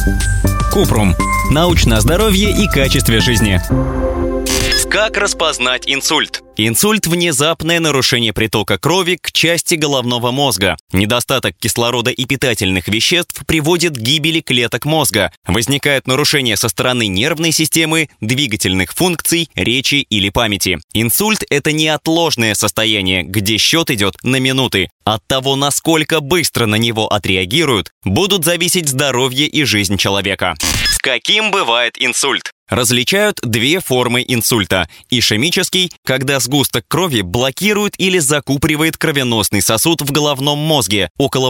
Купрум. Научное здоровье и качестве жизни. Как распознать инсульт? Инсульт – внезапное нарушение притока крови к части головного мозга. Недостаток кислорода и питательных веществ приводит к гибели клеток мозга. Возникает нарушение со стороны нервной системы, двигательных функций, речи или памяти. Инсульт – это неотложное состояние, где счет идет на минуты. От того, насколько быстро на него отреагируют, будут зависеть здоровье и жизнь человека. Каким бывает инсульт? Различают две формы инсульта. Ишемический, когда сгусток крови блокирует или закупоривает кровеносный сосуд в головном мозге. Около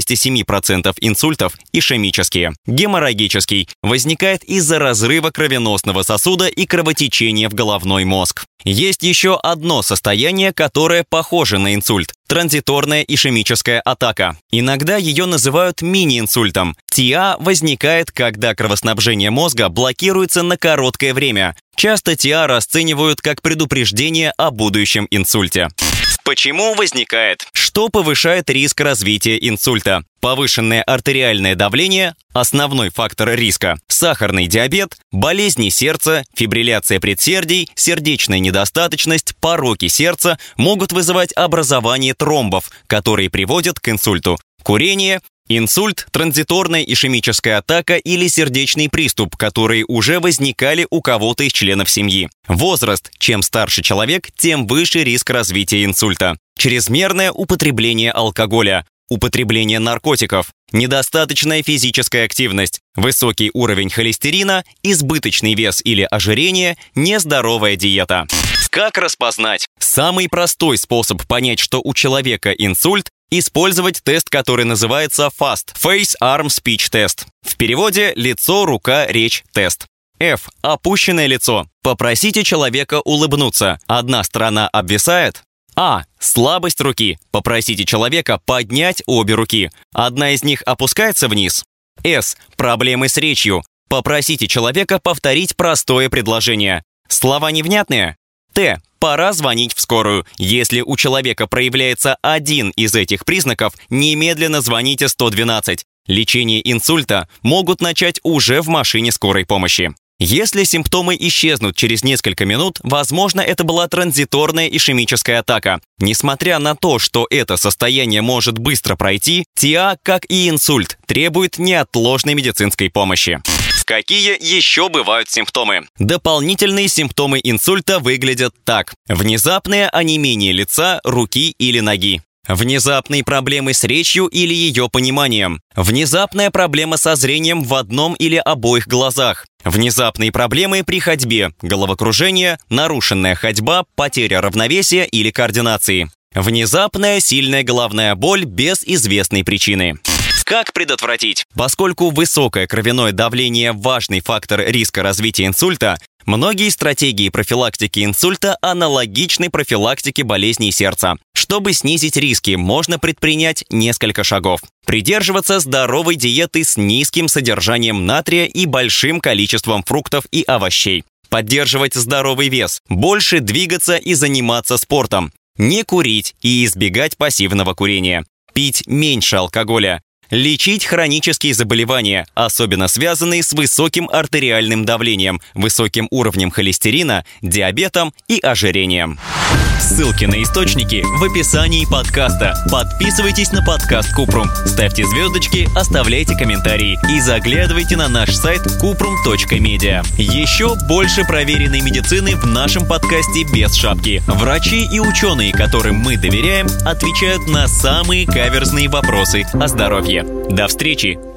87% инсультов ишемические. Геморрагический, возникает из-за разрыва кровеносного сосуда и кровотечения в головной мозг. Есть еще одно состояние, которое похоже на инсульт – транзиторная ишемическая атака. Иногда ее называют мини-инсультом. ТИА возникает, когда кровоснабжение мозга блокируется на короткое время. Часто ТИА расценивают как предупреждение о будущем инсульте. Почему возникает? Что повышает риск развития инсульта? Повышенное артериальное давление – основной фактор риска. Сахарный диабет, болезни сердца, фибрилляция предсердий, сердечная недостаточность, пороки сердца могут вызывать образование тромбов, которые приводят к инсульту. Курение, инсульт, транзиторная ишемическая атака или сердечный приступ, которые уже возникали у кого-то из членов семьи. Возраст. Чем старше человек, тем выше риск развития инсульта. Чрезмерное употребление алкоголя. Употребление наркотиков, недостаточная физическая активность, высокий уровень холестерина, избыточный вес или ожирение, нездоровая диета. Как распознать? Самый простой способ понять, что у человека инсульт – использовать тест, который называется FAST – Face Arm Speech Test. В переводе «лицо, рука, речь, тест». F – опущенное лицо. Попросите человека улыбнуться. Одна сторона обвисает. А. Слабость руки. Попросите человека поднять обе руки. Одна из них опускается вниз. С. Проблемы с речью. Попросите человека повторить простое предложение. Слова невнятные? Т. Пора звонить в скорую. Если у человека проявляется один из этих признаков, немедленно звоните 112. Лечение инсульта могут начать уже в машине скорой помощи. Если симптомы исчезнут через несколько минут, возможно, это была транзиторная ишемическая атака. Несмотря на то, что это состояние может быстро пройти, ТИА, как и инсульт, требует неотложной медицинской помощи. Какие еще бывают симптомы? Дополнительные симптомы инсульта выглядят так. Внезапное онемение лица, руки или ноги. Внезапные проблемы с речью или ее пониманием. Внезапная проблема со зрением в одном или обоих глазах. Внезапные проблемы при ходьбе, головокружение, нарушенная ходьба, потеря равновесия или координации. Внезапная сильная головная боль без известной причины. Как предотвратить? Поскольку высокое кровяное давление – важный фактор риска развития инсульта, многие стратегии профилактики инсульта аналогичны профилактике болезней сердца. Чтобы снизить риски, можно предпринять несколько шагов. Придерживаться здоровой диеты с низким содержанием натрия и большим количеством фруктов и овощей. Поддерживать здоровый вес, больше двигаться и заниматься спортом. Не курить и избегать пассивного курения. Пить меньше алкоголя. Лечить хронические заболевания, особенно связанные с высоким артериальным давлением, высоким уровнем холестерина, диабетом и ожирением. Ссылки на источники в описании подкаста. Подписывайтесь на подкаст Купрум, ставьте звездочки, оставляйте комментарии и заглядывайте на наш сайт kuprum.media. Еще больше проверенной медицины в нашем подкасте без шапки. Врачи и ученые, которым мы доверяем, отвечают на самые каверзные вопросы о здоровье. До встречи!